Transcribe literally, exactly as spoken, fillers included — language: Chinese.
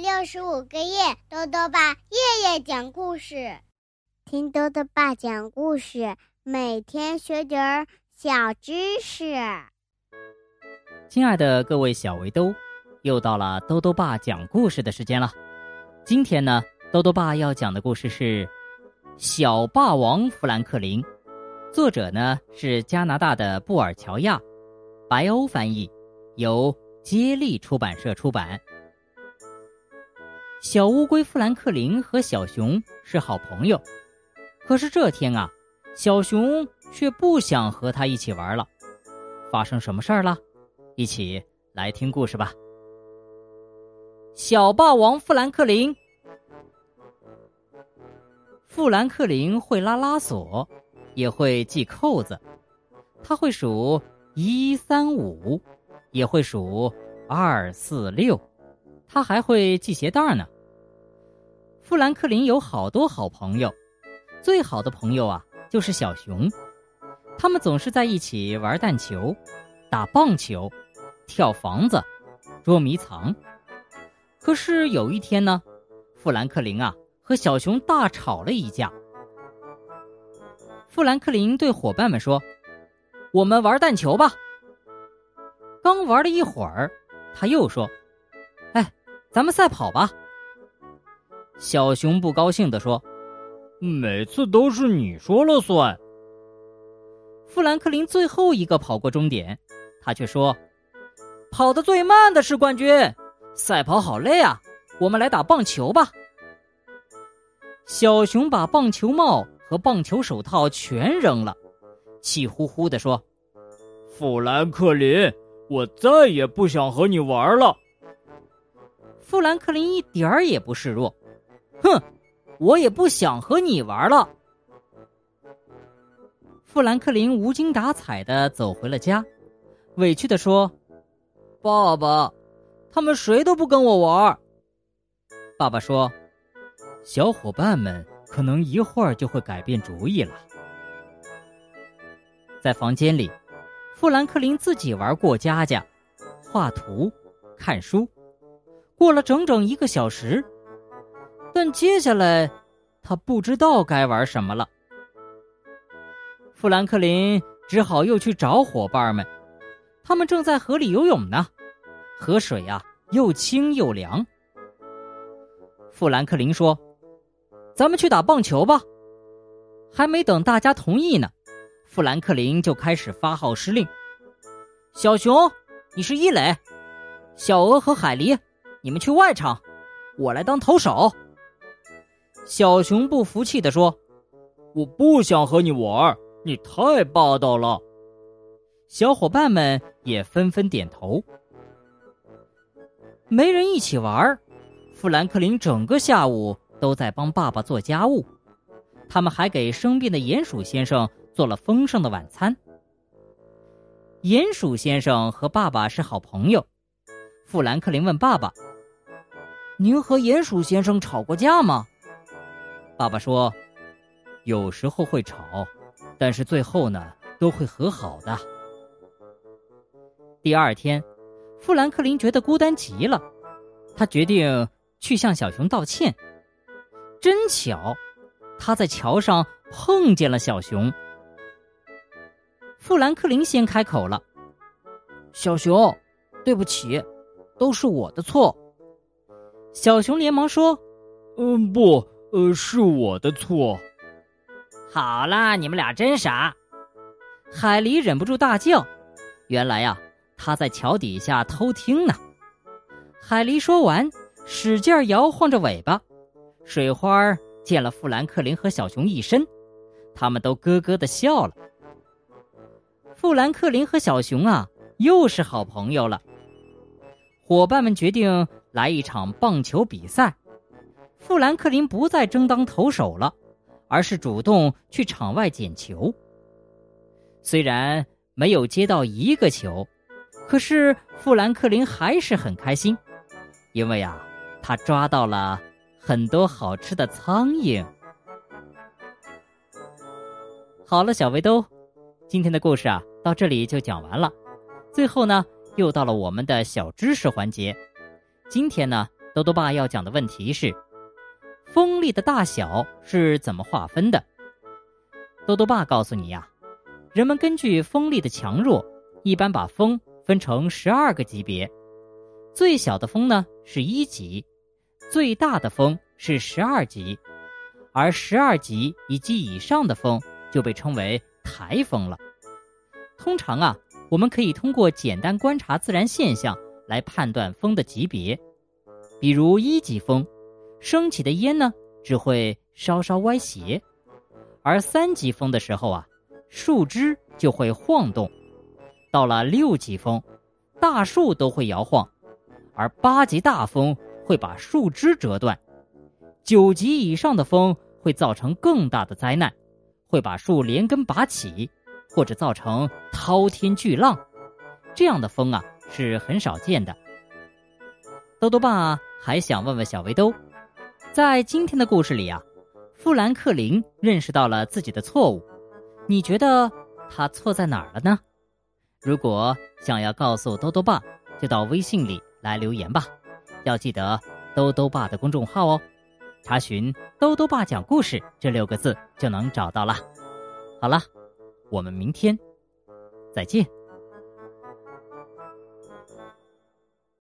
六十五个夜，豆豆爸夜夜讲故事，听豆豆爸讲故事，每天学点儿小知识。 亲爱的各位小围兜，又到了豆豆爸讲故事的时间了。今天呢，豆豆爸要讲的故事是《小霸王富兰克林》，作者呢是加拿大的布尔乔亚，白欧翻译，由接力出版社出版。小乌龟富兰克林和小熊是好朋友，可是这天啊，小熊却不想和他一起玩了。发生什么事儿了？一起来听故事吧。小霸王富兰克林。富兰克林会拉拉锁，也会系扣子，他会数一三五，也会数二四六，他还会系鞋带呢。富兰克林有好多好朋友，最好的朋友啊就是小熊，他们总是在一起玩弹球、打棒球、跳房子、捉迷藏。可是有一天呢，富兰克林啊和小熊大吵了一架。富兰克林对伙伴们说：“我们玩弹球吧。”刚玩了一会儿，他又说：“哎，咱们赛跑吧。”小熊不高兴地说：“ 每次都是你说了算。” 富兰克林最后一个跑过终点，他却说：“跑得最慢的是冠军，赛跑好累啊，我们来打棒球吧。”小熊把棒球帽和棒球手套全扔了，气呼呼地说：“ 富兰克林，我再也不想和你玩了。” 富兰克林一点儿也不示弱，哼，我也不想和你玩了。富兰克林无精打采地走回了家，委屈地说：“爸爸，他们谁都不跟我玩。”爸爸说：“小伙伴们可能一会儿就会改变主意了。”在房间里，富兰克林自己玩过家家，画图，看书，过了整整一个小时。但接下来他不知道该玩什么了。富兰克林只好又去找伙伴们，他们正在河里游泳呢，河水啊又清又凉。富兰克林说：“咱们去打棒球吧。”还没等大家同意呢，富兰克林就开始发号施令：“小熊，你是一垒；小鹅和海狸，你们去外场，我来当投手。”小熊不服气地说：“ 我不想和你玩，你太霸道了。” 小伙伴们也纷纷点头。没人一起玩，富兰克林整个下午都在帮爸爸做家务，他们还给生病的鼹鼠先生做了丰盛的晚餐。鼹鼠先生和爸爸是好朋友，富兰克林问爸爸：“您和鼹鼠先生吵过架吗？”爸爸说：“有时候会吵，但是最后呢，都会和好的。”第二天，富兰克林觉得孤单极了，他决定去向小熊道歉。真巧，他在桥上碰见了小熊。富兰克林先开口了：“小熊，对不起，都是我的错。”小熊连忙说：“ 嗯，不。呃，是我的错。” 好啦，你们俩真傻！海狸忍不住大叫。原来呀、啊，他在桥底下偷听呢。海狸说完，使劲摇晃着尾巴，水花溅了富兰克林和小熊一身，他们都咯咯地笑了。富兰克林和小熊啊，又是好朋友了。伙伴们决定来一场棒球比赛。富兰克林不再争当投手了，而是主动去场外捡球。虽然没有接到一个球，可是富兰克林还是很开心，因为啊，他抓到了很多好吃的苍蝇。好了，小围兜，今天的故事啊，到这里就讲完了。最后呢，又到了我们的小知识环节。今天呢， 豆豆爸要讲的问题是：风力的大小是怎么划分的？豆豆爸告诉你呀、啊，人们根据风力的强弱，一般把风分成十二个级别。最小的风呢是一级，最大的风是十二级，而十二级以及以上的风就被称为台风了。通常啊，我们可以通过简单观察自然现象来判断风的级别。比如一级风，升起的烟呢只会稍稍歪斜，而三级风的时候啊，树枝就会晃动。到了六级风，大树都会摇晃，而八级大风会把树枝折断。九级以上的风会造成更大的灾难，会把树连根拔起，或者造成滔天巨浪。这样的风啊是很少见的。豆豆爸还想问问小围兜，在今天的故事里啊，富兰克林认识到了自己的错误，你觉得他错在哪儿了呢？如果想要告诉豆豆爸，就到微信里来留言吧，要记得豆豆爸的公众号哦，查询豆豆爸讲故事这六个字就能找到了。好了，我们明天再见。